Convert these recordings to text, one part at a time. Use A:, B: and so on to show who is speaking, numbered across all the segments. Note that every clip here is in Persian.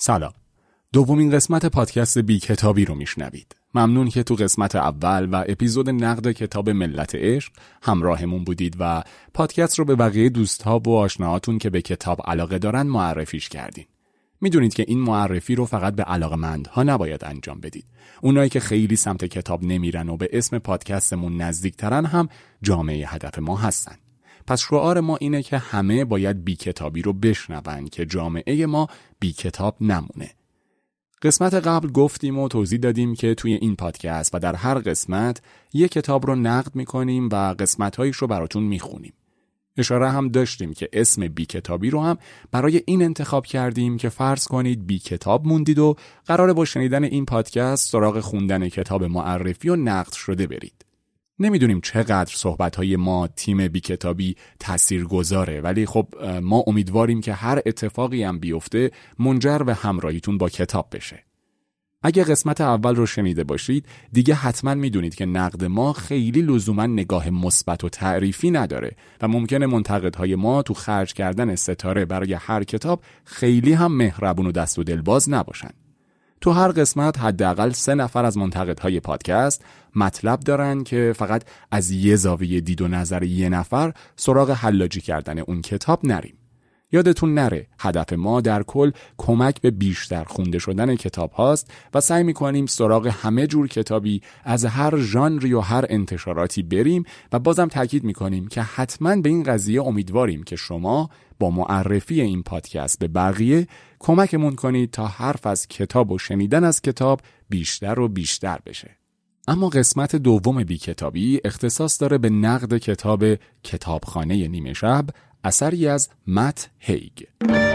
A: سلام. دومین قسمت پادکست بی کتابی رو میشنوید. ممنون که تو قسمت اول و اپیزود نقد کتاب ملت عشق همراهمون بودید و پادکست رو به بقیه دوستها و آشناهاتون که به کتاب علاقه دارن معرفیش کردین. میدونید که این معرفی رو فقط به علاقه‌مندها نباید انجام بدید. اونایی که خیلی سمت کتاب نمیرن و به اسم پادکستمون نزدیکترن هم جامعه هدف ما هستن. پس شعار ما اینه که همه باید بی کتابی رو بشنون که جامعه ما بی کتاب نمونه. قسمت قبل گفتیم و توضیح دادیم که توی این پادکست و در هر قسمت یک کتاب رو نقد میکنیم و قسمت‌هایش رو براتون میخونیم. اشاره هم داشتیم که اسم بی کتابی رو هم برای این انتخاب کردیم که فرض کنید بی کتاب موندید و قراره با شنیدن این پادکست سراغ خوندن کتاب معرفی و نقد شده برید. نمیدونیم چقدر صحبت‌های ما تیم بی کتابی تاثیرگذاره، ولی خب ما امیدواریم که هر اتفاقی هم بیفته منجر به همراهیتون با کتاب بشه. اگه قسمت اول رو شنیده باشید دیگه حتما میدونید که نقد ما خیلی لزوما نگاه مثبت و تعریفی نداره و ممکنه منتقدهای ما تو خرج کردن ستاره برای هر کتاب خیلی هم مهربون و دست و دلباز نباشن. تو هر قسمت حداقل 3 نفر از منتقدهای پادکست مطلب دارن که فقط از یه زاویه دید و نظر یه نفر سراغ حلاجی کردن اون کتاب نریم. یادتون نره هدف ما در کل کمک به بیشتر خونده شدن کتاب هاست و سعی میکنیم سراغ همه جور کتابی از هر ژانری و هر انتشاراتی بریم و بازم تاکید میکنیم که حتما به این قضیه امیدواریم که شما با معرفی این پادکست به بقیه کمکمون کنید تا حرف از کتاب و شنیدن از کتاب بیشتر و بیشتر بشه. اما قسمت دوم بی کتابی اختصاص داره به نقد کتاب کتابخانه نیمه شب، اثری از مت هیگ.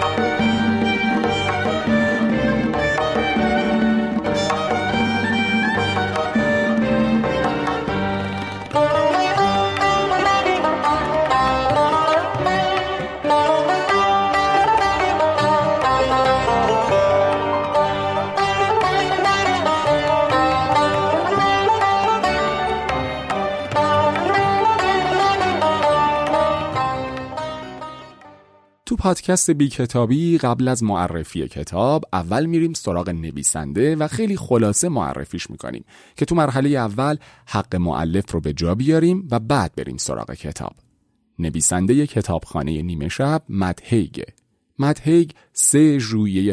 A: تو پادکست بی کتابی قبل از معرفی کتاب اول میریم سراغ نویسنده و خیلی خلاصه معرفیش میکنیم که تو مرحله اول حق مؤلف رو به جا بیاریم و بعد بریم سراغ کتاب. نویسنده کتابخانه نیمه شب مت هیگ. مت هیگ 3 ژوئیه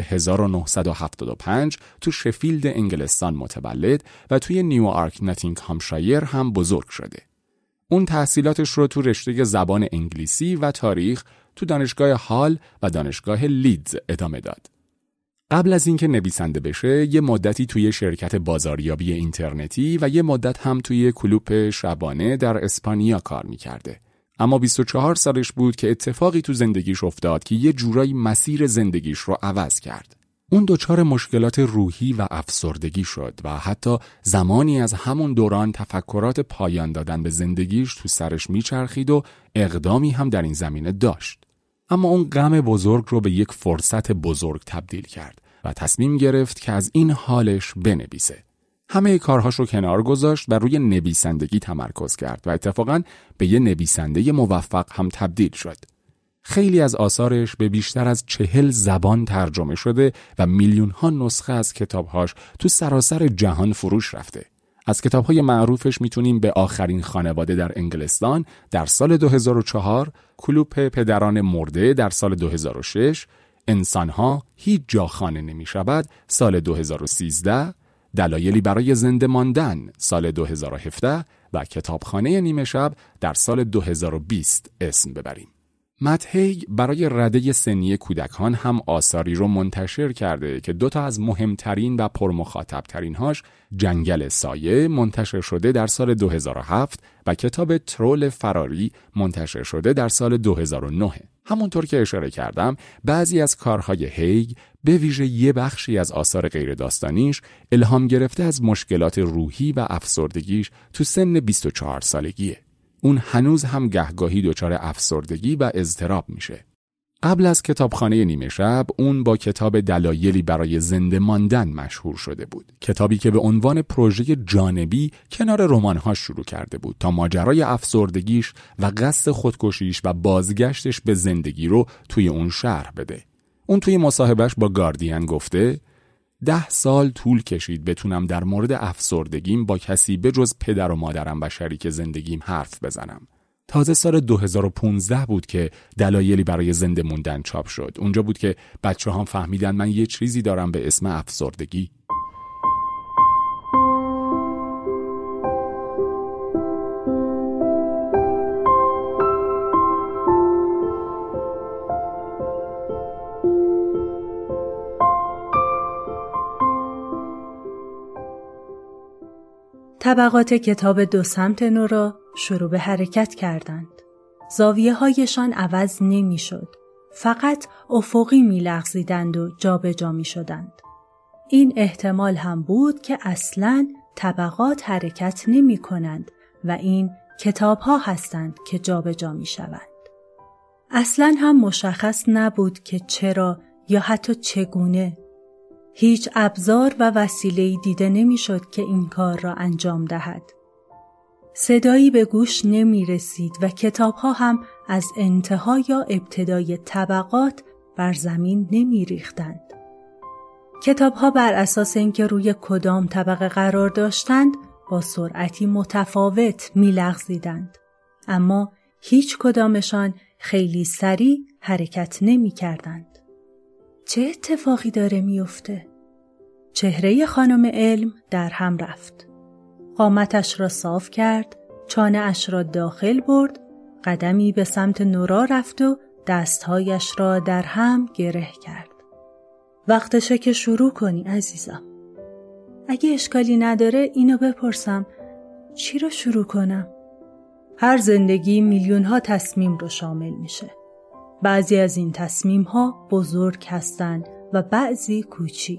A: 1975 تو شفیلد انگلستان متولد و توی نیوآرک ناتینگهامشایر هم بزرگ شده. اون تحصیلاتش رو تو رشته زبان انگلیسی و تاریخ تو دانشگاه هال و دانشگاه لیدز ادامه داد. قبل از اینکه نویسنده بشه یه مدتی توی شرکت بازاریابی اینترنتی و یه مدت هم توی کلوپ شبانه در اسپانیا کار میکرده. اما 24 سالش بود که اتفاقی تو زندگیش افتاد که یه جورایی مسیر زندگیش رو عوض کرد. اون دچار مشکلات روحی و افسردگی شد و حتی زمانی از همون دوران تفکرات پایان دادن به زندگیش تو سرش میچرخید و اقدامی هم در این زمینه داشت. اما اون غم بزرگ رو به یک فرصت بزرگ تبدیل کرد و تصمیم گرفت که از این حالش بنویسه. همه کارهاش رو کنار گذاشت و روی نویسندگی تمرکز کرد و اتفاقاً به یه نویسنده موفق هم تبدیل شد. خیلی از آثارش به بیشتر از 40 زبان ترجمه شده و میلیون‌ها نسخه از کتابهاش تو سراسر جهان فروش رفته. از کتاب‌های معروفش میتونیم به آخرین خانواده در انگلستان در سال 2004، کلوپ پدران مرده در سال 2006، انسان‌ها هیچ جا خانه نمی‌شود سال 2013، دلایلی برای زنده ماندن سال 2017 و کتابخانه نیمه شب در سال 2020 اسم ببریم. مت هیگ برای رده سنی کودکان هم آثاری رو منتشر کرده که 2 از مهمترین و پرمخاطبترین هاش جنگل سایه منتشر شده در سال 2007 و کتاب ترول فراری منتشر شده در سال 2009. همونطور که اشاره کردم بعضی از کارهای هیگ به ویژه یه بخشی از آثار غیر داستانیش الهام گرفته از مشکلات روحی و افسردگیش تو سن 24 سالگیه. اون هنوز هم گهگاهی دچار افسردگی و اضطراب میشه. قبل از کتابخانه نیمه شب اون با کتاب دلایلی برای زنده ماندن مشهور شده بود. کتابی که به عنوان پروژه جانبی کنار رمان‌هاش شروع کرده بود تا ماجرای افسردگیش و قصد خودکشیش و بازگشتش به زندگی رو توی اون شرح بده. اون توی مصاحبهش با گاردین گفته 10 سال طول کشید بتونم در مورد افسردگیم با کسی به جز پدر و مادرم و شریک زندگیم حرف بزنم. تازه سال 2015 بود که دلایلی برای زنده موندن چاپ شد. اونجا بود که بچه‌ها فهمیدن من یه چیزی دارم به اسم افسردگی.
B: طبقات کتاب دو سمت نورا شروع به حرکت کردند. زاویه هایشان عوض نمی شد. فقط افقی می لغزیدند و جا به جا می شدند. این احتمال هم بود که اصلاً طبقات حرکت نمی کنند و این کتاب ها هستند که جا به جا می شوند. اصلاً هم مشخص نبود که چرا یا حتی چگونه. هیچ ابزار و وسیله‌ای دیده نمی‌شد که این کار را انجام دهد. صدایی به گوش نمی‌رسید و کتاب‌ها هم از انتها یا ابتدای طبقات بر زمین نمی‌ریختند. کتاب‌ها بر اساس اینکه روی کدام طبقه قرار داشتند با سرعتی متفاوت می‌لغزیدند. اما هیچ کدامشان خیلی سریع حرکت نمی‌کردند. چه اتفاقی داره میفته؟ چهره خانم علم در هم رفت. قامتش را صاف کرد، چانه اش را داخل برد، قدمی به سمت نورا رفت و دستهایش را در هم گره کرد. وقتشه که شروع کنی عزیزم. اگه اشکالی نداره اینو بپرسم، چی رو شروع کنم؟ هر زندگی میلیون‌ها تصمیم رو شامل میشه. بعضی از این تصمیم‌ها بزرگ هستند و بعضی کوچیک.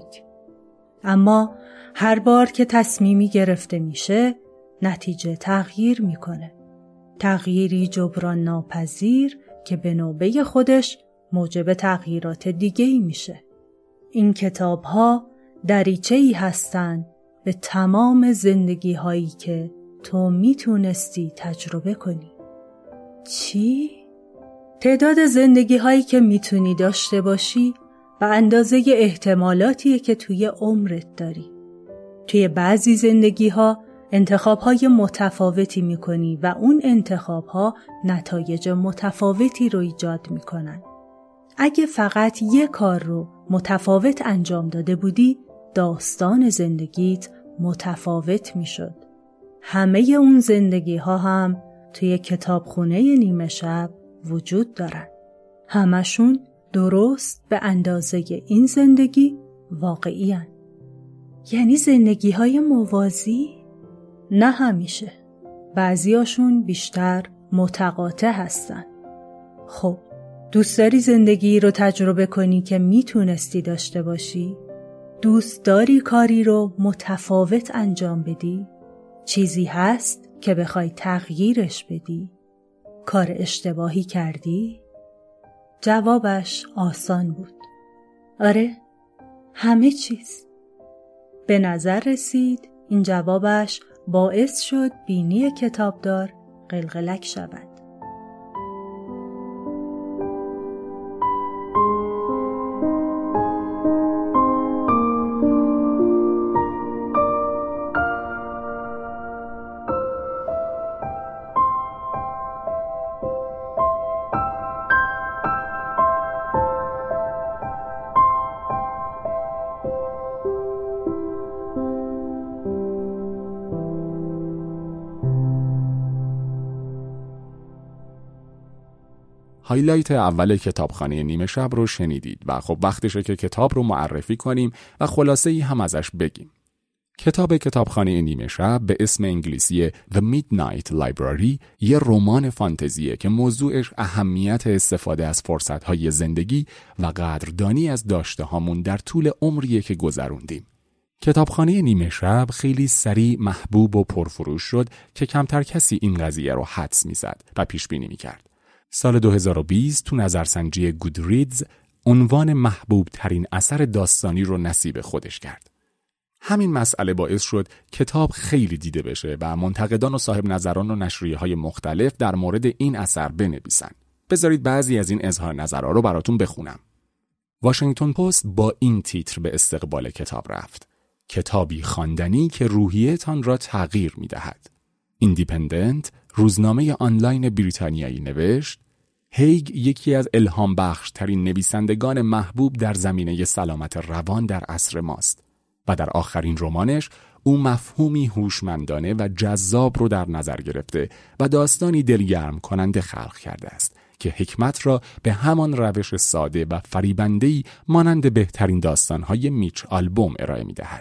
B: اما هر بار که تصمیمی گرفته میشه، نتیجه تغییر میکنه. تغییری جبران ناپذیر که به نوبه خودش موجب تغییرات دیگه‌ای میشه. این کتاب‌ها دریچه‌ای هستند به تمام زندگی‌هایی که تو میتونستی تجربه کنی. چی؟ تعداد زندگی‌هایی که میتونی داشته باشی و اندازه احتمالاتیه که توی عمرت داری. توی بعضی زندگی‌ها انتخاب‌های متفاوتی می‌کنی و اون انتخاب‌ها نتایج متفاوتی رو ایجاد می‌کنن. اگه فقط یک کار رو متفاوت انجام داده بودی، داستان زندگیت متفاوت می‌شد. همه اون زندگی‌ها هم توی کتابخونه نیمه شب وجود دارن. همشون درست به اندازه این زندگی واقعی هن. یعنی زندگی های موازی؟ نه همیشه. بعضیاشون بیشتر متقاطع هستن. خب دوست داری زندگی رو تجربه کنی که میتونستی داشته باشی؟ دوست داری کاری رو متفاوت انجام بدی؟ چیزی هست که بخوای تغییرش بدی؟ کار اشتباهی کردی؟ جوابش آسان بود. آره، همه چیز. به نظر رسید این جوابش باعث شد بینی کتابدار قلقلک شود.
A: هایلایت اول کتابخانه نیمه شب رو شنیدید و خب وقتشه که کتاب رو معرفی کنیم و خلاصه ای هم ازش بگیم. کتاب کتابخانه نیمه شب به اسم انگلیسی The Midnight Library یه رمان فانتزیه که موضوعش اهمیت استفاده از فرصت‌های زندگی و قدردانی از داشته‌هامون در طول عمریه که گذروندیم. کتابخانه نیمه شب خیلی سریع محبوب و پرفروش شد که کمتر کسی این قضیه رو حدس می‌زد و پیش بینی می‌کرد. سال 2020 تو نظرسنجی گودریدز عنوان محبوب ترین اثر داستانی رو نصیب خودش کرد. همین مسئله باعث شد کتاب خیلی دیده بشه و منتقدان و صاحب نظران و نشریه‌های مختلف در مورد این اثر بنویسن. بذارید بعضی از این اظهار نظرها رو براتون بخونم. واشنگتن پست با این تیتر به استقبال کتاب رفت: کتابی خواندنی که روحیه‌تان را تغییر می‌دهد. ایندیپندنت، روزنامه آنلاین بریتانیایی، نوشت: هیگ یکی از الهام بخش‌ترین نویسندگان محبوب در زمینه سلامت روان در عصر ماست و در آخرین رمانش او مفهومی هوشمندانه و جذاب رو در نظر گرفته و داستانی دلگرم کننده خلق کرده است که حکمت را به همان روش ساده و فریبنده‌ای مانند بهترین داستان‌های میچ آلبوم ارائه می‌دهد.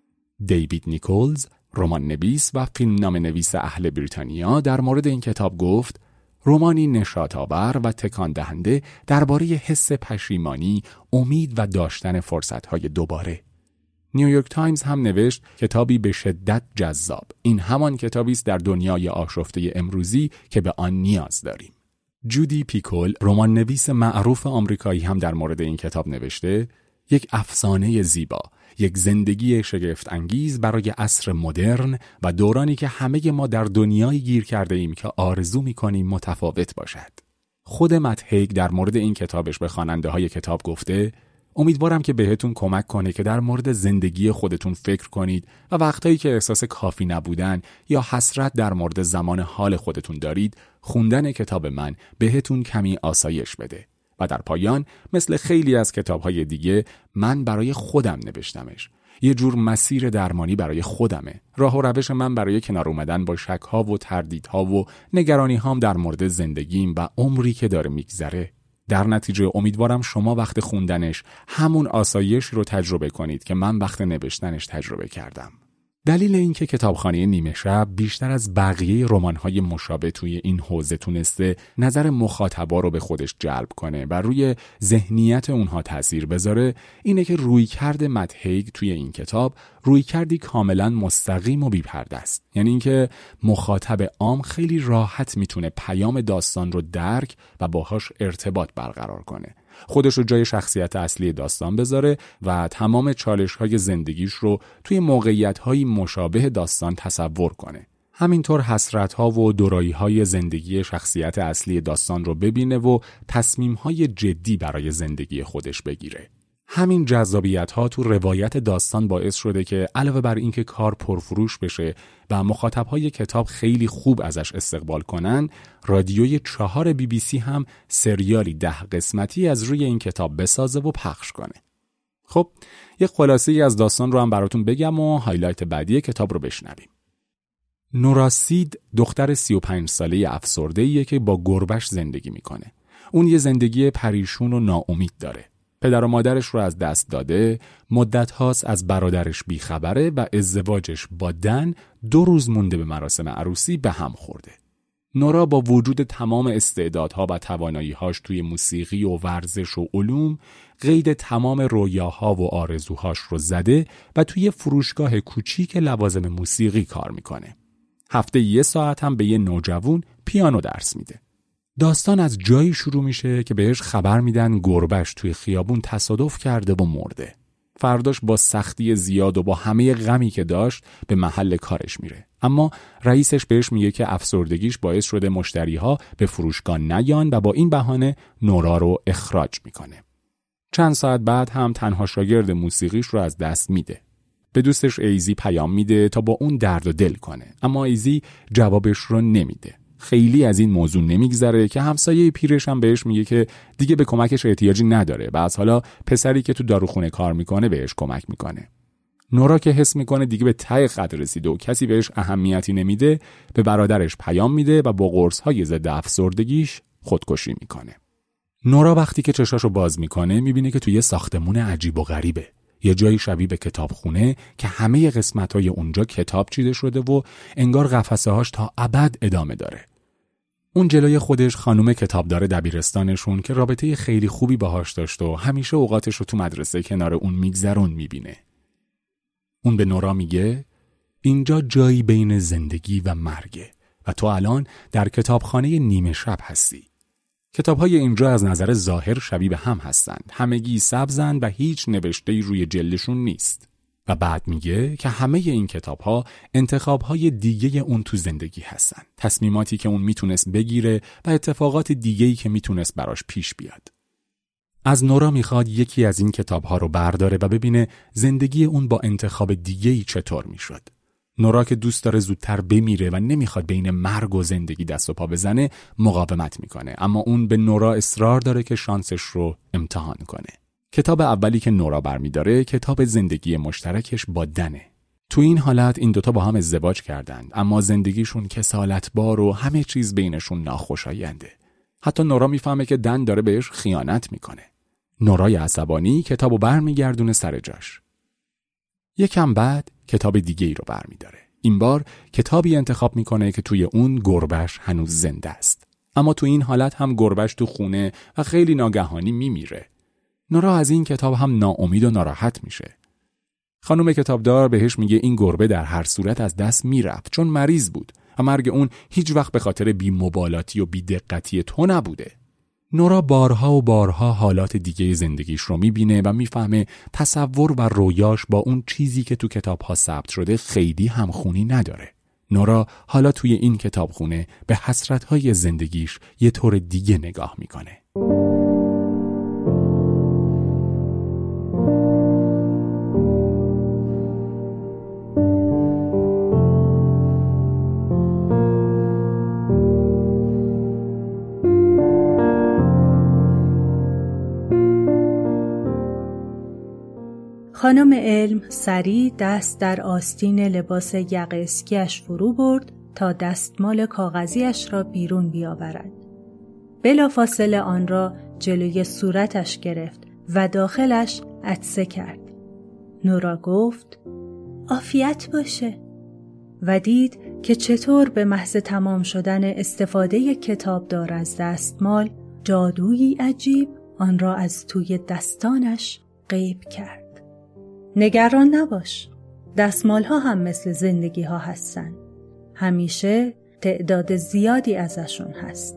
A: دیوید نیکولز، رمان نویس و فیلمنامه نویس اهل بریتانیا، در مورد این کتاب گفت: رمانی نشاط‌آور و تکان دهنده درباره حس پشیمانی، امید و داشتن فرصت‌های دوباره. نیویورک تایمز هم نوشت: کتابی به شدت جذاب. این همان کتابی است در دنیای آشفته امروزی که به آن نیاز داریم. جودی پیکول، رمان نویس معروف آمریکایی، هم در مورد این کتاب نوشته: یک افسانه زیبا، یک زندگی شگفت انگیز برای عصر مدرن و دورانی که همه ما در دنیایی گیر کرده ایم که آرزو می‌کنیم متفاوت باشد. خود مت هیگ در مورد این کتابش به خواننده‌های کتاب گفته: امیدوارم که بهتون کمک کنه که در مورد زندگی خودتون فکر کنید و وقتایی که احساس کافی نبودن یا حسرت در مورد زمان حال خودتون دارید، خوندن کتاب من بهتون کمی آسایش بده. و در پایان، مثل خیلی از کتاب‌های دیگه، من برای خودم نوشتمش. یه جور مسیر درمانی برای خودمه. راه و روش من برای کنار اومدن با شک‌ها و تردیدها و نگرانی‌هام در مورد زندگیم و عمری که داره میگذره. در نتیجه امیدوارم شما وقت خوندنش همون آسایش رو تجربه کنید که من وقت نوشتنش تجربه کردم. دلیل اینکه کتابخانه نیمه شب بیشتر از بقیه رمان‌های مشابه توی این حوزه تونسته نظر مخاطبا رو به خودش جلب کنه و روی ذهنیت اونها تأثیر بذاره، اینه که رویکرد مت هیگ توی این کتاب رویکردی کاملا مستقیم و بی‌پرده است. یعنی اینکه مخاطب عام خیلی راحت میتونه پیام داستان رو درک و باهاش ارتباط برقرار کنه، خودش رو جای شخصیت اصلی داستان بذاره و تمام چالش‌های زندگیش رو توی موقعیت‌های مشابه داستان تصور کنه. همینطور حسرت‌ها و دورایی‌های زندگی شخصیت اصلی داستان رو ببینه و تصمیم‌های جدی برای زندگی خودش بگیره. همین جذابیت‌ها تو روایت داستان باعث شده که علاوه بر اینکه کار پرفروش بشه و مخاطب‌های کتاب خیلی خوب ازش استقبال کنن، رادیوی 4 BBC هم سریالی 10 قسمتی از روی این کتاب بسازه و پخش کنه. خب، یه خلاصه‌ای از داستان رو هم براتون بگم و هایلایت بعدی کتاب رو بشنویم. نورا سید دختر 35 ساله افسرده‌ایه که با گربه‌اش زندگی میکنه. اون یه زندگی پریشون و ناامید داره. پدر و مادرش رو از دست داده، مدت هاست از برادرش بیخبره و ازدواجش با دن 2 روز مونده به مراسم عروسی به هم خورده. نورا با وجود تمام استعدادها و توانایی‌هاش توی موسیقی و ورزش و علوم، قید تمام رویاها و آرزوهاش رو زده و توی فروشگاه کوچیک لوازم موسیقی کار میکنه. هفته 1 ساعت هم به یه نوجوان پیانو درس میده. داستان از جایی شروع میشه که بهش خبر میدن گربه‌اش توی خیابون تصادف کرده و مرده. فرداش با سختی زیاد و با همه غمی که داشت به محل کارش میره. اما رئیسش بهش میگه که افسردگیش باعث شده مشتریها به فروشگاه نیان و با این بهانه نورا رو اخراج میکنه. چند ساعت بعد هم تنها شاگرد موسیقیش رو از دست میده. به دوستش ایزی پیام میده تا با اون درد و دل کنه، اما ایزی جوابش رو نمیده. خیلی از این موضوع نمیگذره که همسایه پیرش هم بهش میگه که دیگه به کمکش احتیاجی نداره و از حالا پسری که تو داروخونه کار میکنه بهش کمک میکنه. نورا که حس میکنه دیگه به ته خط رسیده و کسی بهش اهمیتی نمیده، به برادرش پیام میده و با قرص‌های ضد افسردگیش خودکشی میکنه. نورا وقتی که چشاشو باز میکنه میبینه که توی ساختمون عجیب و غریبه. یه جایی شبیه به کتابخونه که همه قسمت‌های اونجا کتاب چیده شده و انگار قفسه‌هاش تا ابد ادامه داره. اون جلوی خودش خانم کتابدار دبیرستانشون که رابطه خیلی خوبی باهاش داشت و همیشه اوقاتش رو تو مدرسه کنار اون میگذرون میبینه. اون به نورا میگه اینجا جایی بین زندگی و مرگه و تو الان در کتابخانه نیمه شب هستی. کتاب‌های اینجا از نظر ظاهر شبیه به هم هستند. همگی سبزند و هیچ نوشته‌ای روی جلدشون نیست. و بعد میگه که همه این کتاب‌ها انتخاب‌های دیگه اون تو زندگی هستن. تصمیماتی که اون میتونست بگیره و اتفاقات دیگه‌ای که میتونست براش پیش بیاد. از نورا میخواد یکی از این کتاب‌ها رو برداره و ببینه زندگی اون با انتخاب دیگه‌ای چطور میشد. نورا که دوست داره زودتر بمیره و نمیخواد بین مرگ و زندگی دست و پا بزنه مقاومت میکنه، اما اون به نورا اصرار داره که شانسش رو امتحان کنه. کتاب اولی که نورا برمیداره کتاب زندگی مشترکش با دنه. تو این حالت این دوتا با هم ازدواج کردند، اما زندگیشون کسالتبار و همه چیز بینشون ناخوشاینده. حتی نورا میفهمه که دن داره بهش خیانت میکنه. نورای عصبانی کتابو برمیگردونه سر جاش. یکم بعد کتاب دیگه ای رو برمیداره. این بار کتابی انتخاب میکنه که توی اون گربه‌اش هنوز زنده است. اما تو این حالت هم گربه‌اش تو خونه و خیلی ناگهانی میمیره. نورا از این کتاب هم ناامید و ناراحت میشه. خانم کتابدار بهش میگه این گربه در هر صورت از دست میرفت چون مریض بود و مرگ اون هیچ وقت به خاطر بی‌مبالاتی و بی‌دقتی تو نبوده. نورا بارها و بارها حالات دیگه زندگیش رو میبینه و میفهمه تصور و رویاش با اون چیزی که تو کتاب‌ها ثبت شده خیلی همخونی نداره. نورا حالا توی این کتابخونه به حسرت‌های زندگیش یه طور دیگه نگاه میکنه.
B: خانم علم سریع دست در آستین لباس یقه اسکی‌اش فرو برد تا دستمال کاغذیش را بیرون بیاورد. بلافاصله آن را جلوی صورتش گرفت و داخلش عطسه کرد. نورا گفت عافیت باشه و دید که چطور به محض تمام شدن استفاده کتابدار از دستمال جادویی عجیب آن را از توی دستانش غیب کرد. نگران نباش. دستمال ها هم مثل زندگی ها هستن. همیشه تعداد زیادی ازشون هست.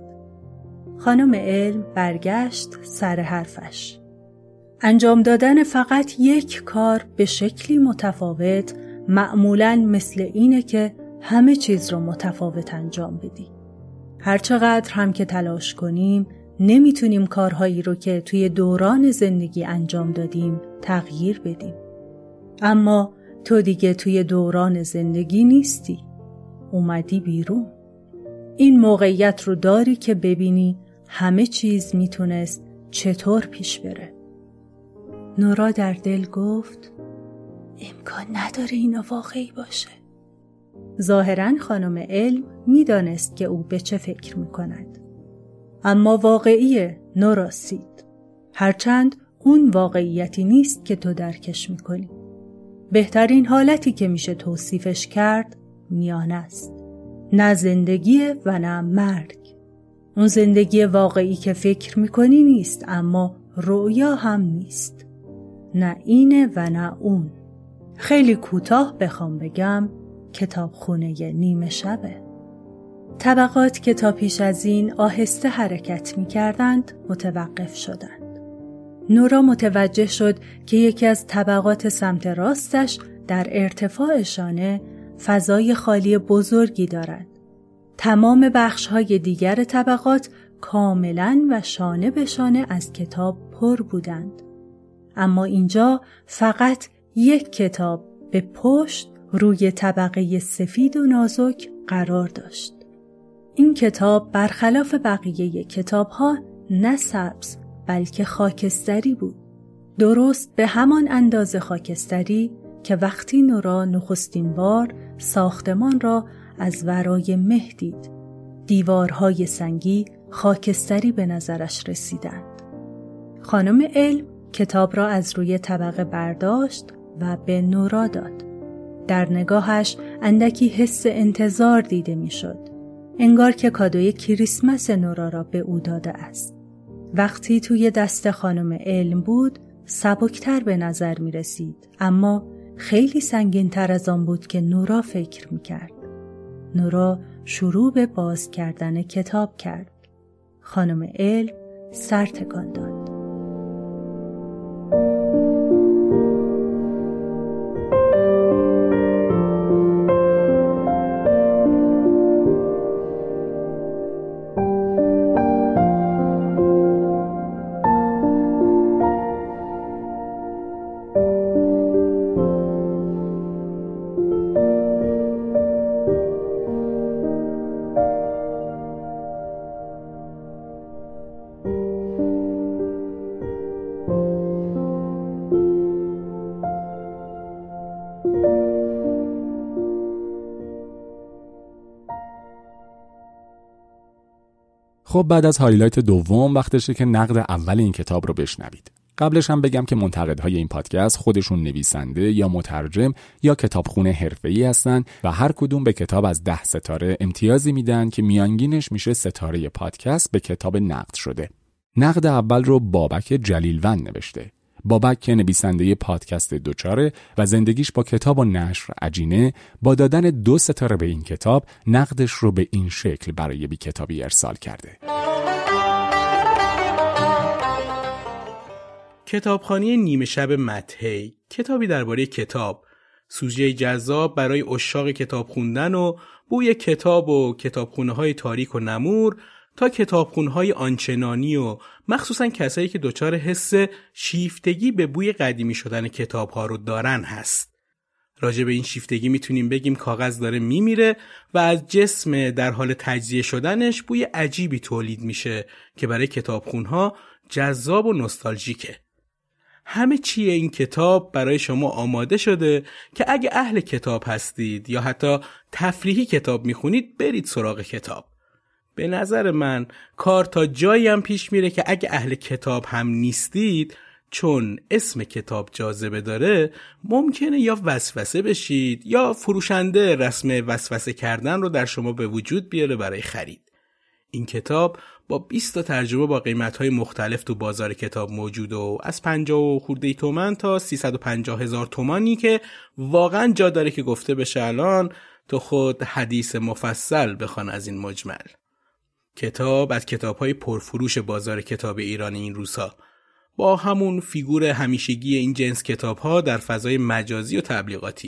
B: خانم علم برگشت سر حرفش. انجام دادن فقط یک کار به شکلی متفاوت معمولاً مثل اینه که همه چیز رو متفاوت انجام بدی. هرچقدر هم که تلاش کنیم نمیتونیم کارهایی رو که توی دوران زندگی انجام دادیم تغییر بدیم. اما تو دیگه توی دوران زندگی نیستی. اومدی بیرون. این موقعیت رو داری که ببینی همه چیز میتونست چطور پیش بره. نورا در دل گفت امکان نداره اینا واقعی باشه. ظاهراً خانم علم میدانست که او به چه فکر میکند. اما واقعیه نورا سید. هرچند اون واقعیتی نیست که تو درکش میکنی. بهترین حالتی که میشه توصیفش کرد میانه است. نه زندگیه و نه مرگ. اون زندگی واقعی که فکر میکنی نیست، اما رؤیا هم نیست. نه اینه و نه اون. خیلی کوتاه بخوام بگم کتابخونه نیمه شبه. طبقات که تا پیش از این آهسته حرکت میکردند متوقف شدند. نورا متوجه شد که یکی از طبقات سمت راستش در ارتفاع شانه فضای خالی بزرگی دارد. تمام بخش‌های دیگر طبقات کاملاً و شانه به شانه از کتاب پر بودند. اما اینجا فقط یک کتاب به پشت روی طبقه سفید و نازک قرار داشت. این کتاب برخلاف بقیه کتاب‌ها نه سبز بلکه خاکستری بود. درست به همان اندازه خاکستری که وقتی نورا نخستین بار ساختمان را از ورای مه دید. دیوارهای سنگی خاکستری به نظرش رسیدند. خانم علم کتاب را از روی طبقه برداشت و به نورا داد. در نگاهش اندکی حس انتظار دیده میشد. انگار که کادوی کریسمس نورا را به او داده است. وقتی توی دست خانم علم بود سبکتر به نظر می رسید، اما خیلی سنگین تر از آن بود که نورا فکر می کرد. نورا شروع به باز کردن کتاب کرد. خانم علم سر تکان داد.
A: خب بعد از هایلایت دوم وقتشه که نقد اول این کتاب رو بشنوید. قبلش هم بگم که منتقدهای این پادکست خودشون نویسنده یا مترجم یا کتابخونه حرفه‌ای هستن و هر کدوم به کتاب از 10 ستاره امتیازی میدن که میانگینش میشه ستاره پادکست به کتاب نقد شده. نقد اول رو بابک جلیلوند نوشته. بابک که نویسنده پادکست دوچاره و زندگیش با کتاب و نشر عجینه، با دادن 2 ستاره به این کتاب نقدش رو به این شکل برای بی کتابی ارسال کرده.
C: کتابخانه نیمه شب مدحی، کتابی درباره کتاب، سوژه جذاب برای عشاق کتاب خوندن و بوی کتاب و کتابخونه‌های تاریک و نمور تا کتابخونه‌های آنچنانی و مخصوصاً کسایی که دچار حس شیفتگی به بوی قدیمی شدن کتاب‌ها رو دارن هست. راجع به این شیفتگی میتونیم بگیم کاغذ داره میمیره و از جسم در حال تجزیه شدنش بوی عجیبی تولید میشه که برای کتابخونها جذاب و نوستالژیکه. همه چیه این کتاب برای شما آماده شده که اگه اهل کتاب هستید یا حتی تفریحی کتاب میخونید برید سراغ کتاب. به نظر من کار تا جایی هم پیش میره که اگه اهل کتاب هم نیستید، چون اسم کتاب جاذبه داره، ممکنه یا وسوسه بشید یا فروشنده رسم وسوسه کردن رو در شما به وجود بیاره برای خرید. این کتاب با 20 تا ترجمه با قیمت‌های مختلف تو بازار کتاب موجود و از 50 خورده تومن تا 350,000 تومانی که واقعا جا داره که گفته بشه الان تو خود حدیث مفصل بخوان از این مجمل. کتاب از کتاب‌های پرفروش بازار کتاب ایران این روزها، با همون فیگور همیشگی این جنس کتاب‌ها در فضای مجازی و تبلیغاتی.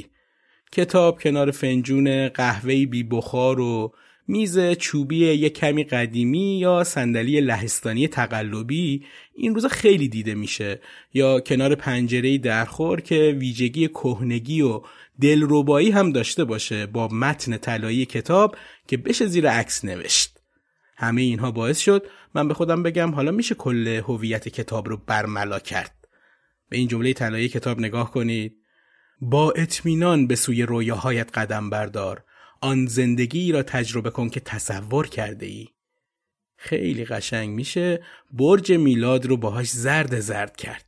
C: کتاب کنار فنجون قهوه‌ای بی بخار و میز چوبی یک کمی قدیمی یا صندلی لهستانی تقلبی این روزا خیلی دیده میشه، یا کنار پنجره‌ای درخور که ویژگی کهنگی و دلربایی هم داشته باشه با متن طلایی کتاب که بشه زیر عکس نوشت. همه اینها باعث شد من به خودم بگم حالا میشه کل هویت کتاب رو برملا کرد. به این جمله طلایی کتاب نگاه کنید: با اطمینان به سوی رویاهایت قدم بردار، آن زندگی را تجربه کن که تصور کرده ای. خیلی قشنگ میشه برج میلاد رو باهاش زرد کرد.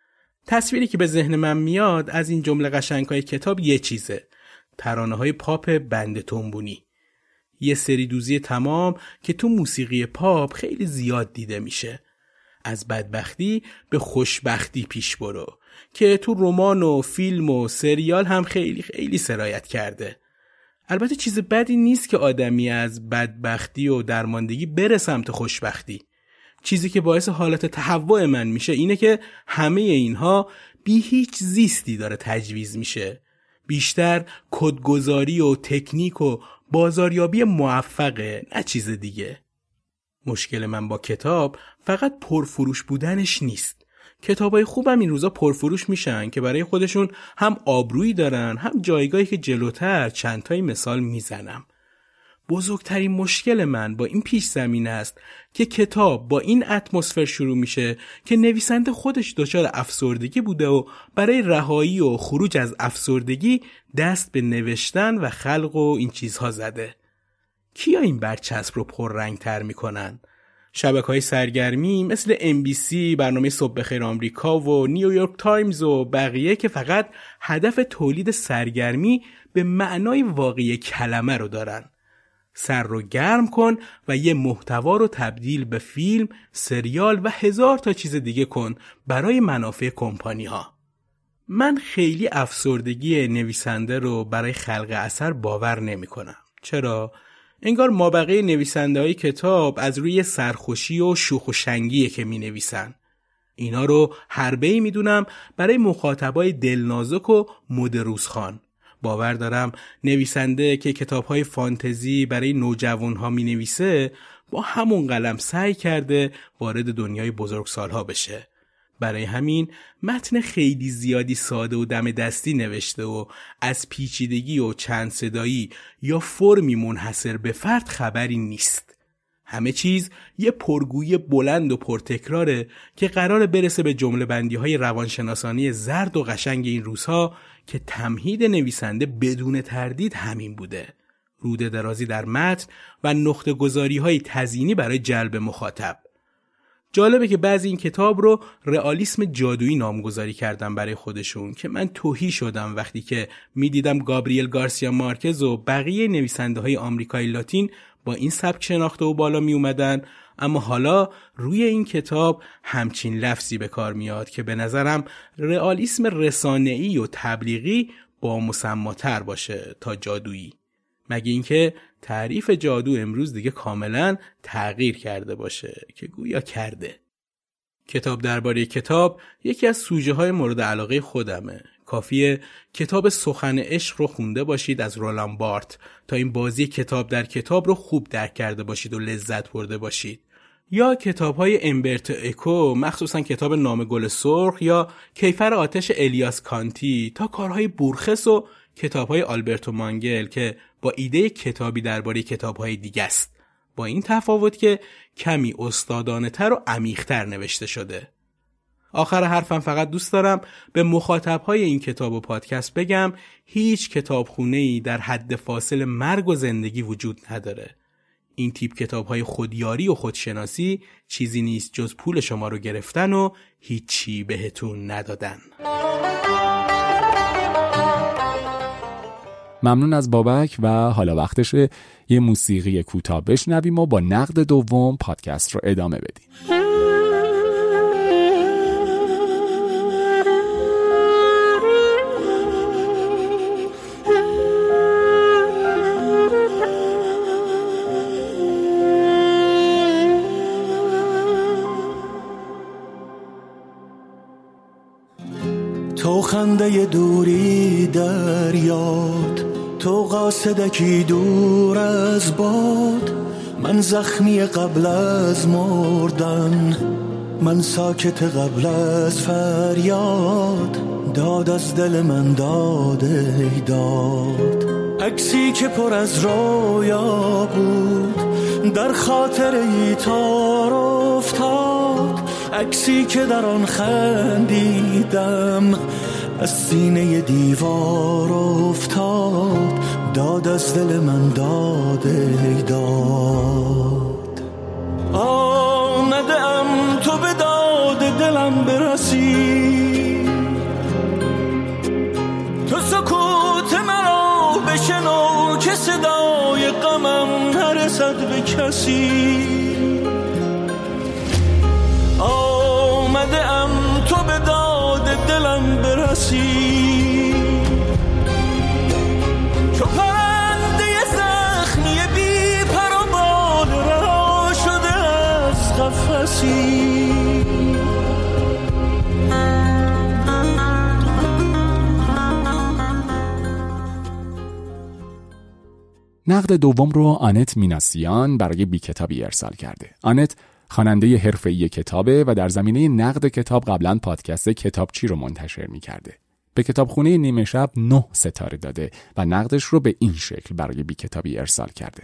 C: تصویری که به ذهن من میاد از این جمله قشنگ‌های کتاب یه چیزه: ترانه‌های پاپ بند تنبونی. یه سری دوزی تمام که تو موسیقی پاپ خیلی زیاد دیده میشه. از بدبختی به خوشبختی پیش برو که تو رمان و فیلم و سریال هم خیلی خیلی سرایت کرده. البته چیز بدی نیست که آدمی از بدبختی و درماندگی بره سمت خوشبختی. چیزی که باعث حالت تهوع من میشه اینه که همه اینها بی هیچ زیستی داره تجویز میشه. بیشتر کدگذاری و تکنیک و بازاریابی موفقه، نه چیز دیگه. مشکل من با کتاب فقط پرفروش بودنش نیست. کتابای خوبم این روزا پرفروش میشن که برای خودشون هم آبرویی دارن، هم جایگاهی که جلوتر چند تایی مثال میزنم. بزرگترین مشکل من با این پیش زمین است که کتاب با این اتمسفر شروع میشه که نویسنده خودش دچار افسردگی بوده و برای رهایی و خروج از افسردگی دست به نوشتن و خلق و این چیزها زده. کیا این برچسب رو پررنگ‌تر میکنن؟ شبکه‌های سرگرمی مثل MBC، برنامه صبح بخیر آمریکا و نیویورک تایمز و بقیه که فقط هدف تولید سرگرمی به معنای واقعی کلمه رو دارن. سر رو گرم کن و یه محتوا رو تبدیل به فیلم، سریال و 1000 تا چیز دیگه کن برای منافع کمپانی‌ها. من خیلی افسردگی نویسنده رو برای خلق اثر باور نمی‌کنم. چرا؟ انگار مابقی نویسنده‌های کتاب از روی سرخوشی و شوخ و شنگیه که می‌نویسن. اینا رو حربه‌ای می‌دونم برای مخاطبای دلنازک و مدروسخوان. باور دارم نویسنده که کتاب‌های فانتزی برای نوجوان‌ها می‌نویسه با همون قلم سعی کرده وارد دنیای بزرگسال‌ها بشه. برای همین متن خیلی زیادی ساده و دم دستی نوشته و از پیچیدگی و چند صدایی یا فرمی منحصر به فرد خبری نیست. همه چیز یه پرگویی بلند و پرتکراره که قراره برسه به جمله بندی‌های روانشناسانی زرد و قشنگ این روزها که تمهید نویسنده بدون تردید همین بوده: روده درازی در متن و نقطه گذاری های تزیینی برای جلب مخاطب. جالبه که بعضی این کتاب رو رئالیسم جادویی نامگذاری کردن برای خودشون که من تهی شدم وقتی که میدیدم گابریل گارسیا مارکز و بقیه نویسنده های آمریکای لاتین با این سبک شناخته و بالا می اومدن، اما حالا روی این کتاب همچین لفظی به کار میاد که به نظرم رئالیسم رسانه‌ای و تبلیغی با مسماتر باشه تا جادویی. مگه اینکه تعریف جادو امروز دیگه کاملا تغییر کرده باشه که گویا کرده. کتاب درباره کتاب یکی از سوژه های مورد علاقه خودمه. کافیه کتاب سخن عشق رو خونده باشید از رولان بارت تا این بازی کتاب در کتاب رو خوب درک کرده باشید و لذت برده باشید. یا کتاب‌های امبرتو اکو، مخصوصا کتاب نام گل سرخ یا کیفر آتش الیاس کانتی، تا کارهای بورخس و کتاب‌های آلبرتو مانگل که با ایده کتابی درباره کتاب‌های دیگه است، با این تفاوت که کمی استادانه‌تر و عمیق‌تر نوشته شده. آخر حرفم فقط دوست دارم به مخاطب‌های این کتاب و پادکست بگم هیچ کتابخونه‌ای در حد فاصل مرگ و زندگی وجود نداره. این تیپ کتاب‌های خودیاری و خودشناسی چیزی نیست جز پول شما رو گرفتن و هیچی بهتون ندادن.
A: ممنون از بابک و حالا وقتشه یه موسیقی کوتاه بشنویم و با نقد دوم پادکست رو ادامه بدیم.
D: تو خنده دوری در یاد، تو قاصدکی دور از باد، من زخمی قبل از مردن، من ساکت قبل از فریاد، داد از دل من داده داد. عکسی که پر از رویا بود در خاطر ای تار افتاد، عکسی که در آن خندیدم از سینه دیوار افتاد، داد از دل من داده داد. آمده ام تو به داد دلم برسی، تو سکوت مرا بشنو که صدای غمم نرسد به کسی. آمده ام تو به داد دلم برسی، چو پرنده زخمی بی پر و بال رها شده از قفسی.
A: نقد دوم رو آنت میناسیان برای بی کتابی ارسال کرده. آنت خواننده حرفه‌ای کتابه و در زمینه نقد کتاب قبلا پادکست کتابچی رو منتشر می‌کرده. به کتابخونه نیمه شب 9 ستاره داده و نقدش رو به این شکل برای بی کتابی ارسال کرده.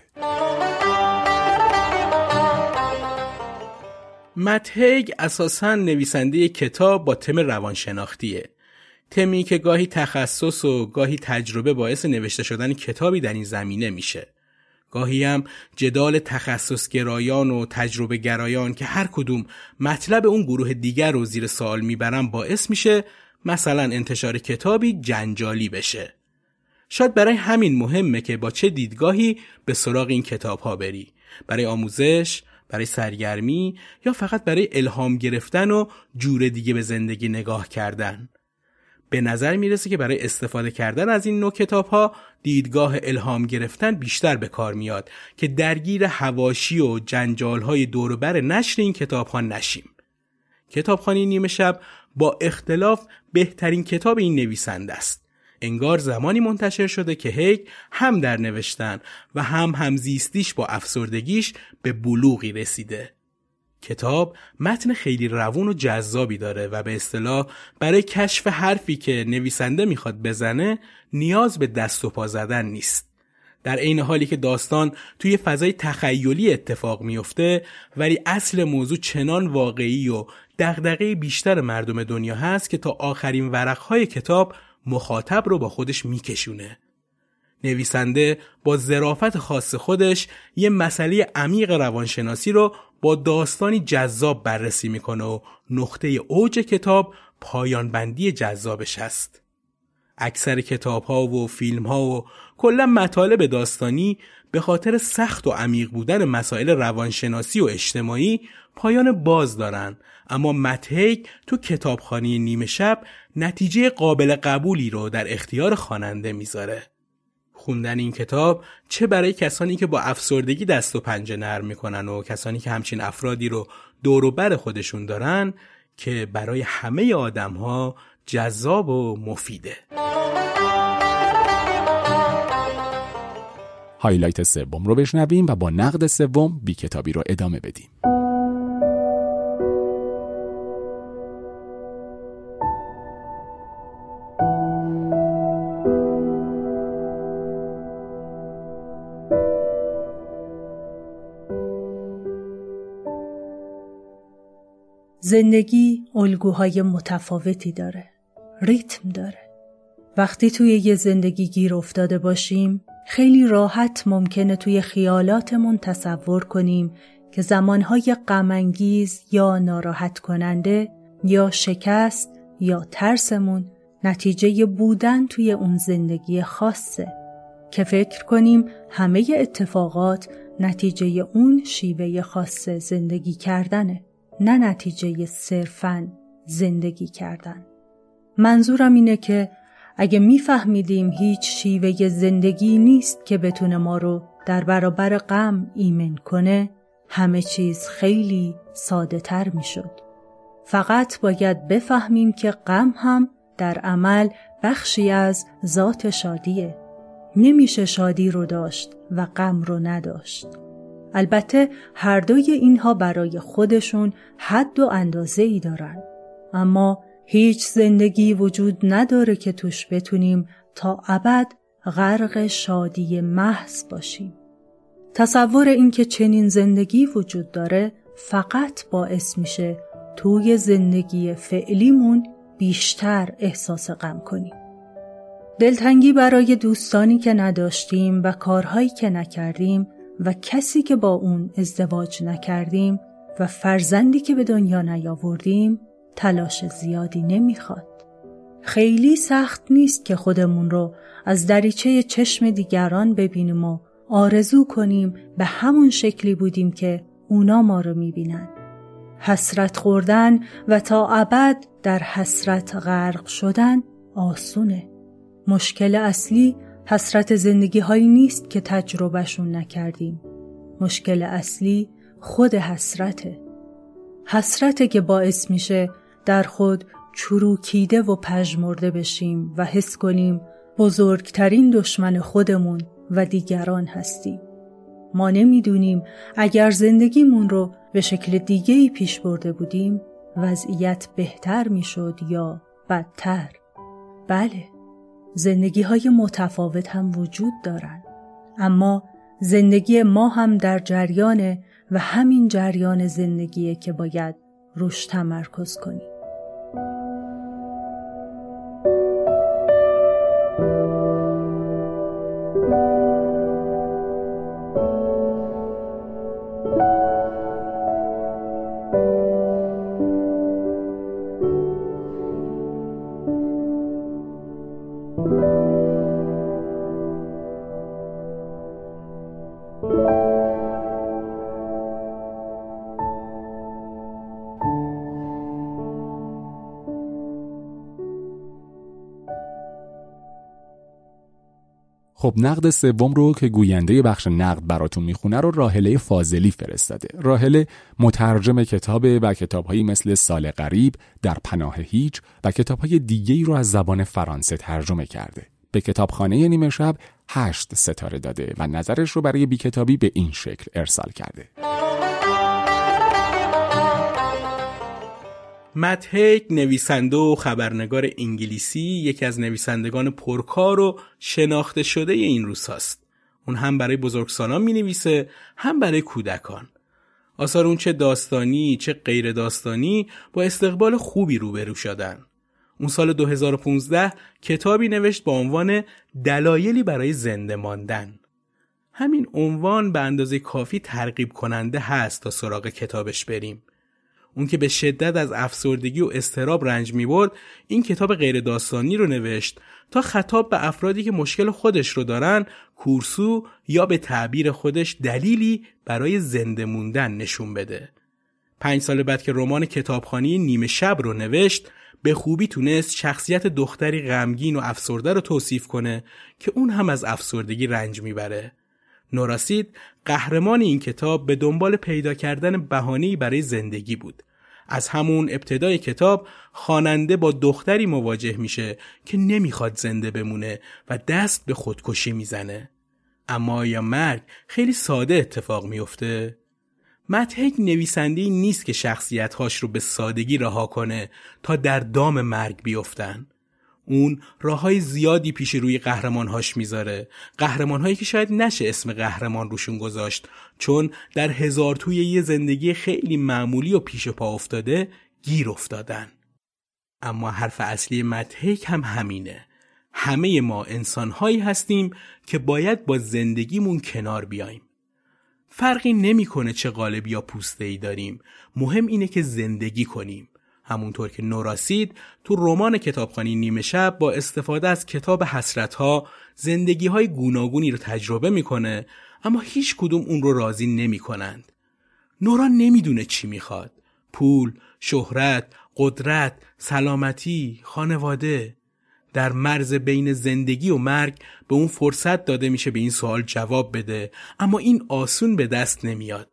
C: مت هیگ اساساً نویسنده کتاب با تم روانشناختیه. تمی که گاهی تخصص و گاهی تجربه باعث نوشته شدن کتابی در این زمینه میشه. گاهی هم جدال تخصص گرایان و تجربه گرایان که هر کدوم مطلب اون گروه دیگر رو زیر سوال میبرن باعث میشه مثلا انتشار کتابی جنجالی بشه. شاید برای همین مهمه که با چه دیدگاهی به سراغ این کتاب ها بری. برای آموزش، برای سرگرمی یا فقط برای الهام گرفتن و جور دیگه به زندگی نگاه کردن. به نظر میرسه که برای استفاده کردن از این نوع کتاب‌ها دیدگاه الهام گرفتن بیشتر به کار میاد که درگیر حواشی و جنجال‌های دور و بر نشر این کتاب‌ها نشیم. کتابخانه نیمه شب با اختلاف بهترین کتاب این نویسنده است. انگار زمانی منتشر شده که هیگ هم در نوشتن و هم همزیستیش با افسردگیش به بلوغی رسیده. کتاب متن خیلی روون و جذابی داره و به اصطلاح برای کشف حرفی که نویسنده میخواد بزنه نیاز به دست و پا زدن نیست. در عین حالی که داستان توی فضای تخیلی اتفاق میفته ولی اصل موضوع چنان واقعی و دغدغه بیشتر مردم دنیا هست که تا آخرین ورقهای کتاب مخاطب رو با خودش میکشونه. نویسنده با ظرافت خاص خودش یه مسئله عمیق روانشناسی رو با داستانی جذاب بررسی میکنه و نقطه اوج کتاب پایان بندی جذابش هست. اکثر کتاب‌ها و فیلم‌ها و کلا مطالب داستانی به خاطر سخت و عمیق بودن مسائل روانشناسی و اجتماعی پایان باز دارن، اما مت هیگ تو کتابخانه نیمه شب نتیجه قابل قبولی رو در اختیار خواننده میذاره. خوندن این کتاب چه برای کسانی که با افسردگی دست و پنجه نرم میکنن و کسانی که همچین افرادی رو دور و بر خودشون دارن، که برای همه آدم‌ها جذاب و مفیده.
A: هایلایت سوم رو بشنویم و با نقد سوم بی کتابی رو ادامه بدیم.
B: زندگی الگوهای متفاوتی داره، ریتم داره. وقتی توی یه زندگی گیر افتاده باشیم، خیلی راحت ممکنه توی خیالاتمون تصور کنیم که زمانهای غم‌انگیز یا ناراحت کننده یا شکست یا ترسمون نتیجه بودن توی اون زندگی خاصه، که فکر کنیم همه اتفاقات نتیجه اون شیوه خاص زندگی کردنه، نه نتیجه صرفاً زندگی کردن. منظورم اینه که اگه میفهمیدیم هیچ شیوه زندگی نیست که بتونه ما رو در برابر غم ایمن کنه، همه چیز خیلی ساده تر میشد. فقط باید بفهمیم که غم هم در عمل بخشی از ذات شادیه. نمیشه شادی رو داشت و غم رو نداشت. البته هر دوی اینها برای خودشون حد و اندازه‌ای دارن، اما هیچ زندگی وجود نداره که توش بتونیم تا ابد غرق شادی محض باشیم. تصور این که چنین زندگی وجود داره فقط باعث میشه توی زندگی فعلیمون بیشتر احساس غم کنیم. دلتنگی برای دوستانی که نداشتیم و کارهایی که نکردیم و کسی که با اون ازدواج نکردیم و فرزندی که به دنیا نیاوردیم تلاش زیادی نمیخواد. خیلی سخت نیست که خودمون رو از دریچه چشم دیگران ببینیم و آرزو کنیم به همون شکلی بودیم که اونا ما رو میبینن. حسرت خوردن و تا ابد در حسرت غرق شدن آسونه. مشکل اصلی حسرت زندگی هایی نیست که تجربهشون نکردیم. مشکل اصلی خود حسرته. حسرته که باعث میشه در خود چروکیده و پژمرده بشیم و حس کنیم بزرگترین دشمن خودمون و دیگران هستیم. ما نمیدونیم اگر زندگیمون رو به شکل دیگه‌ای پیش برده بودیم وضعیت بهتر میشد یا بدتر. بله، زندگی‌های متفاوت هم وجود دارن، اما زندگی ما هم در جریانه و همین جریان زندگیه که باید روش تمرکز کنیم.
A: خب نقد سوم رو که گوینده بخش نقد براتون میخونه رو راهله فاضلی فرستاده. راهله مترجم کتابه و کتابهایی مثل سال غریب، در پناه هیچ و کتابهای دیگه‌ای رو از زبان فرانسه ترجمه کرده. به کتابخانه نیمه شب 8 ستاره داده و نظرش رو برای بیکتابی به این شکل ارسال کرده.
C: مت هیگ نویسنده و خبرنگار انگلیسی، یکی از نویسندگان پرکار و شناخته شده این روزهاست. اون هم برای بزرگسالان می‌نویسه، هم برای کودکان. آثار اون چه داستانی چه غیر داستانی با استقبال خوبی روبرو شدن. اون سال 2015 کتابی نوشت با عنوان دلایلی برای زنده ماندن. همین عنوان به اندازه کافی ترغیب کننده هست تا سراغ کتابش بریم. اون که به شدت از افسردگی و اضطراب رنج می‌برد، این کتاب غیر داستانی رو نوشت تا خطاب به افرادی که مشکل خودش رو دارن، کورسو یا به تعبیر خودش دلیلی برای زنده موندن نشون بده. 5 سال بعد که رمان کتابخوانی نیمه شب رو نوشت، به خوبی تونست شخصیت دختری غمگین و افسرده رو توصیف کنه که اون هم از افسردگی رنج میبره. نورا سید قهرمان این کتاب به دنبال پیدا کردن بهانه‌ای برای زندگی بود. از همون ابتدای کتاب خواننده با دختری مواجه میشه که نمیخواد زنده بمونه و دست به خودکشی میزنه. اما یا مرگ خیلی ساده اتفاق میفته. مت هیگ نویسنده‌ای نیست که شخصیت‌هاش رو به سادگی رها کنه تا در دام مرگ بیفتن. اون راه‌های زیادی پیش روی قهرمان‌هاش میذاره. قهرمان‌هایی که شاید نشه اسم قهرمان روشون گذاشت، چون در هزار توی یه زندگی خیلی معمولی و پیش پا افتاده گیر افتادن. اما حرف اصلی مت هیگ هم همینه. همه ما انسان‌هایی هستیم که باید با زندگیمون کنار بیایم. فرقی نمی‌کنه چه قالب یا پوسته‌ای داریم. مهم اینه که زندگی کنیم. همونطور که نورا سید تو رمان کتابخوانی نیمه شب با استفاده از کتاب حسرت‌ها زندگی‌های گوناگونی رو تجربه می‌کنه، اما هیچ کدوم اون رو راضی نمی‌کنند. نورا نمی‌دونه چی می‌خواد. پول، شهرت، قدرت، سلامتی، خانواده. در مرز بین زندگی و مرگ به اون فرصت داده میشه به این سوال جواب بده، اما این آسون به دست نمیاد.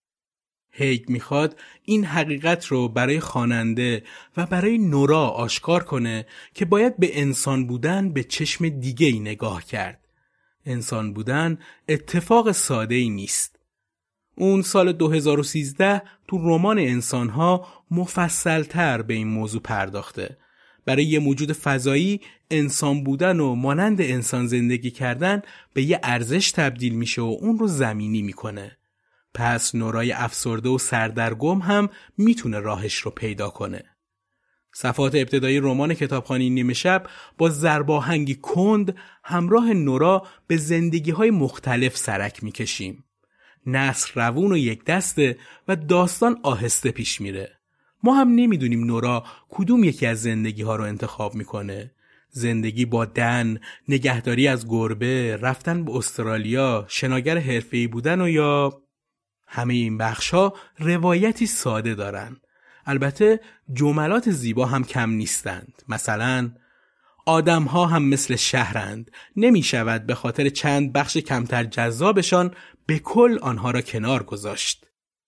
C: هیگ میخواد این حقیقت رو برای خواننده و برای نورا آشکار کنه که باید به انسان بودن به چشم دیگه‌ای نگاه کرد. انسان بودن اتفاق ساده‌ای نیست. اون سال 2013 تو رمان انسان‌ها مفصل‌تر به این موضوع پرداخته. برای یه موجود فضایی انسان بودن و مانند انسان زندگی کردن به یه ارزش تبدیل میشه و اون رو زمینی میکنه. پس نورای افسرده و سردرگم هم میتونه راهش رو پیدا کنه. صفحات ابتدایی رمان کتابخوانی نیمه شب با ضرباهنگی کند همراه نورا به زندگی‌های مختلف سرک میکشیم. نثر روون و یک دسته و داستان آهسته پیش میره. ما هم نمیدونیم نورا کدوم یکی از زندگی‌ها رو انتخاب میکنه. زندگی با دن، نگهداری از گربه، رفتن به استرالیا، شناگر حرفه‌ای بودن و یا همه این بخش‌ها روایتی ساده دارن. البته جملات زیبا هم کم نیستند. مثلا آدم‌ها هم مثل شهرند، نمی شود به خاطر چند بخش کمتر جذابشان به کل آنها را کنار گذاشت.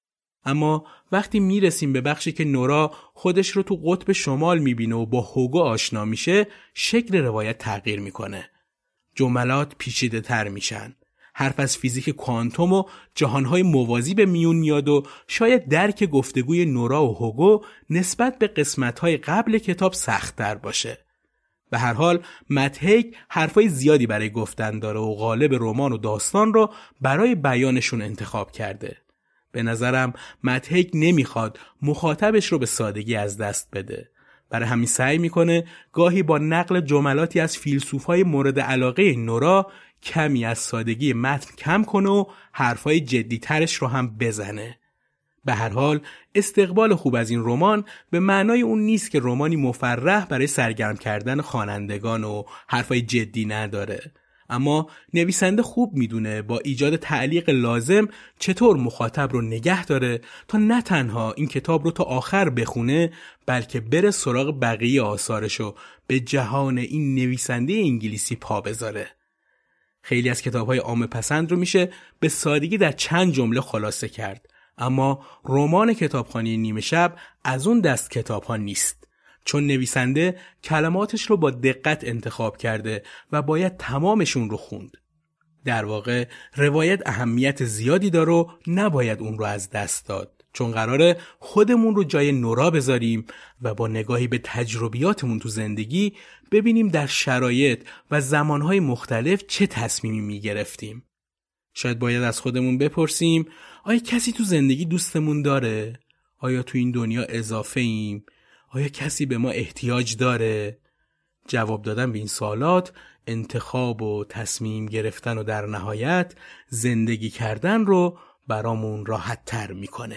C: اما وقتی میرسیم به بخشی که نورا خودش رو تو قطب شمال میبینه و با هوگو آشنا میشه، شکل روایت تغییر میکنه. جملات پیچیده تر میشن. حرف از فیزیک کوانتوم و جهانهای موازی به میون میاد و شاید درک گفتگوی نورا و هوگو نسبت به قسمت‌های قبل کتاب سخت‌تر باشه. به هر حال مت هیگ حرفای زیادی برای گفتن داره و قالب رمان و داستان رو برای بیانشون انتخاب کرده. به نظرم مت هیگ نمیخواد مخاطبش رو به سادگی از دست بده. برای همین سعی میکنه گاهی با نقل جملاتی از فیلسوفای مورد علاقه نورا کمی از سادگی متن کم کنه و حرفای جدیترش رو هم بزنه. به هر حال استقبال خوب از این رمان به معنای اون نیست که رمانی مفرح برای سرگرم کردن خوانندگان و حرفای جدی نداره. اما نویسنده خوب میدونه با ایجاد تعلیق لازم چطور مخاطب رو نگه داره تا نه تنها این کتاب رو تا آخر بخونه، بلکه بره سراغ بقیه آثارش و به جهان این نویسنده انگلیسی پا بذاره. خیلی از کتاب‌های عامه پسند رو میشه به سادگی در چند جمله خلاصه کرد، اما رمان کتابخوانی نیمه شب از اون دست کتاب‌ها نیست، چون نویسنده کلماتش رو با دقت انتخاب کرده و باید تمامشون رو خوند. در واقع روایت اهمیت زیادی داره و نباید اون رو از دست داد، چون قراره خودمون رو جای نورا بذاریم و با نگاهی به تجربیاتمون تو زندگی ببینیم در شرایط و زمانهای مختلف چه تصمیمی میگرفتیم. شاید باید از خودمون بپرسیم آیا کسی تو زندگی دوستمون داره؟ آیا تو این دنیا اضافه ایم؟ آیا کسی به ما احتیاج داره؟ جواب دادن به این سوالات انتخاب و تصمیم گرفتن و در نهایت زندگی کردن رو برامون راحت تر میکنه.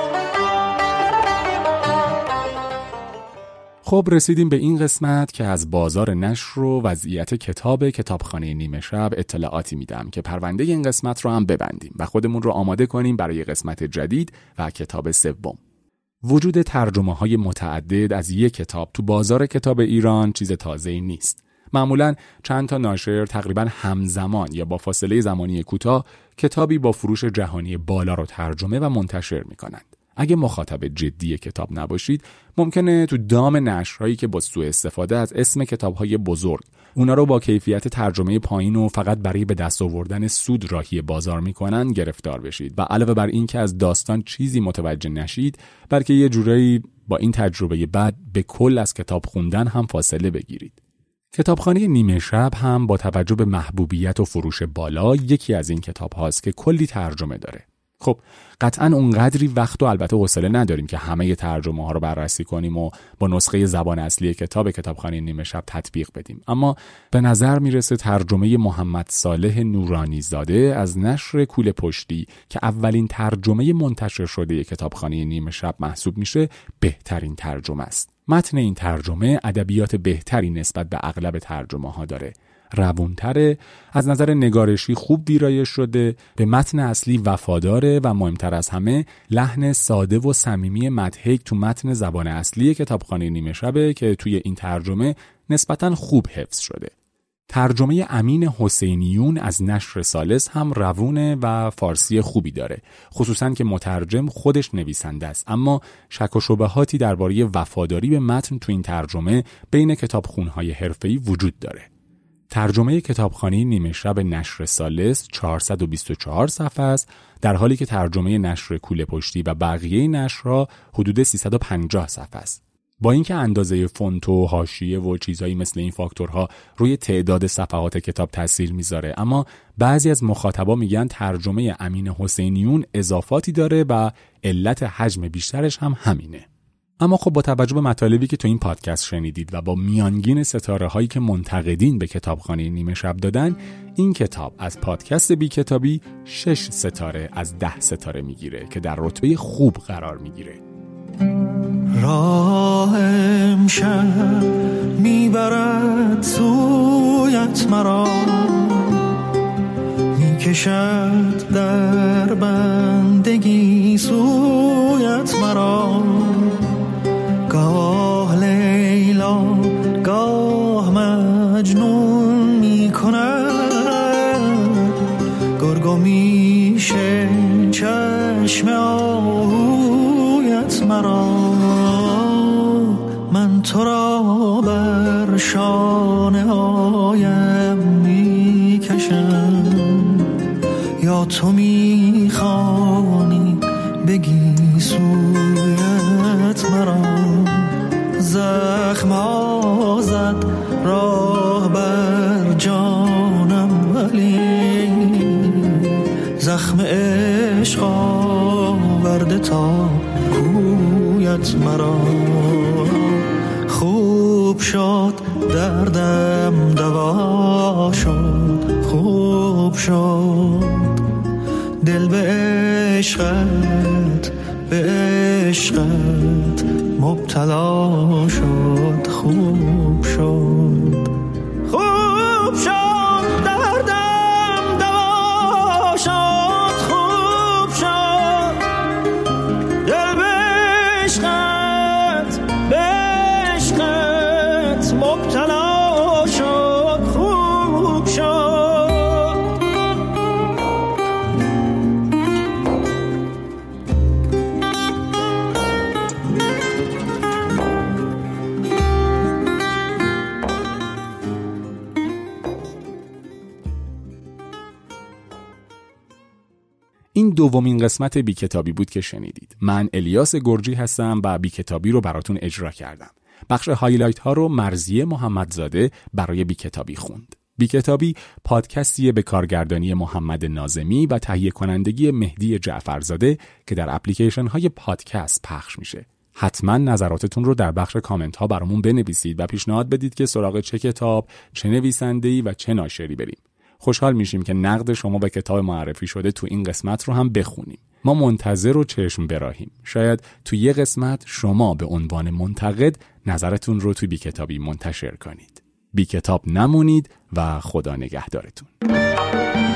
A: خب رسیدیم به این قسمت که از بازار نشر و وضعیت کتابخانه نیمه شب اطلاعاتی میدم که پرونده این قسمت رو هم ببندیم و خودمون رو آماده کنیم برای قسمت جدید و کتاب سوم. وجود ترجمه‌های متعدد از یک کتاب تو بازار کتاب ایران چیز تازه‌ای نیست. معمولاً چند تا ناشر تقریباً همزمان یا با فاصله زمانی کوتاه کتابی با فروش جهانی بالا رو ترجمه و منتشر می‌کنند. اگه مخاطب جدی کتاب نباشید، ممکنه تو دام نشرهایی که با سوء استفاده از اسم کتاب‌های بزرگ، اونا رو با کیفیت ترجمه پایین و فقط برای به دست آوردن سود راهی بازار میکنن گرفتار بشید و علاوه بر این که از داستان چیزی متوجه نشید، بلکه یه جورایی با این تجربه بد به کل از کتاب خوندن هم فاصله بگیرید. کتابخانه نیمه شب هم با توجه به محبوبیت و فروش بالا یکی از این کتاب هاست که کلی ترجمه داره. خب قطعاً اونقدری وقت و البته حوصله نداریم که همه ترجمه ها رو بررسی کنیم و با نسخه زبان اصلی کتابخانه نیمه شب تطبیق بدیم، اما به نظر میرسه ترجمه محمد صالح نورانی زاده از نشر کوله پشتی که اولین ترجمه منتشر شده کتابخانه نیمه شب محسوب میشه بهترین ترجمه است. متن این ترجمه ادبیات بهتری نسبت به اغلب ترجمه ها داره، روونتره، از نظر نگارشی خوب ویرایش شده، به متن اصلی وفاداره و مهمتر از همه لحن ساده و صمیمی مدحیک تو متن زبان اصلی کتابخانه نیمه شبه که توی این ترجمه نسبتاً خوب حفظ شده. ترجمه امین حسینیون از نشر ثالث هم روونه و فارسی خوبی داره، خصوصاً که مترجم خودش نویسنده است، اما شک و شبهاتی درباره وفاداری به متن تو این ترجمه بین کتابخونهای حرفه‌ای وجود داره. ترجمه کتابخانه نیمه شب نشر ثالث 424 صفحه است، در حالی که ترجمه نشر کوله پشتی و بقیه نشرها حدود 350 صفحه است. با اینکه اندازه فونت و حاشیه و چیزایی مثل این فاکتورها روی تعداد صفحات کتاب تاثیر میذاره، اما بعضی از مخاطبا میگن ترجمه امین حسینیون اضافاتی داره و علت حجم بیشترش هم همینه. اما خب با توجه به مطالبی که تو این پادکست شنیدید و با میانگین ستاره هایی که منتقدین به کتابخانه نیمه شب دادن، این کتاب از پادکست بی کتابی 6 ستاره از 10 ستاره میگیره که در رتبه خوب قرار میگیره.
D: راه امشب میبرد سویت مرا، میکشد در بندگی سویت مرا، گاه لیلا گاه مجنون میکند، گرگو میشه چشم آهویت مرا، من تو را بر شانه هایم میکشم، یا تو میخوانی بگی سویت مرا، زخم ها زد راه بر جانم ولی زخم عشق آورده تا کویت مرا، خوب شد دردم دوا شد، خوب شد دل به عشقت مبتلا شد، خوب شد، خوب شد دردم دوا شد، خوب شد دل به عشقت مبتلا شد، خوب شد.
A: این دومین قسمت بی کتابی بود که شنیدید. من الیاس گرجی هستم و بی کتابی رو براتون اجرا کردم. بخش هایلایت ها رو مرضیه محمدزاده برای بی کتابی خوند. بی کتابی پادکستیه به کارگردانی محمد ناظمی و تهیه کنندگی مهدی جعفرزاده که در اپلیکیشن های پادکست پخش میشه. حتما نظراتتون رو در بخش کامنت ها برامون بنویسید و پیشنهاد بدید که سراغ چه کتاب، چه نویسنده‌ای و چه ناشری بریم. خوشحال میشیم که نقد شما به کتاب معرفی شده تو این قسمت رو هم بخونیم. ما منتظر و چشم براهیم. شاید تو یه قسمت شما به عنوان منتقد نظرتون رو تو بیکتابی منتشر کنید. بیکتاب نمونید و خدا نگهدارتون.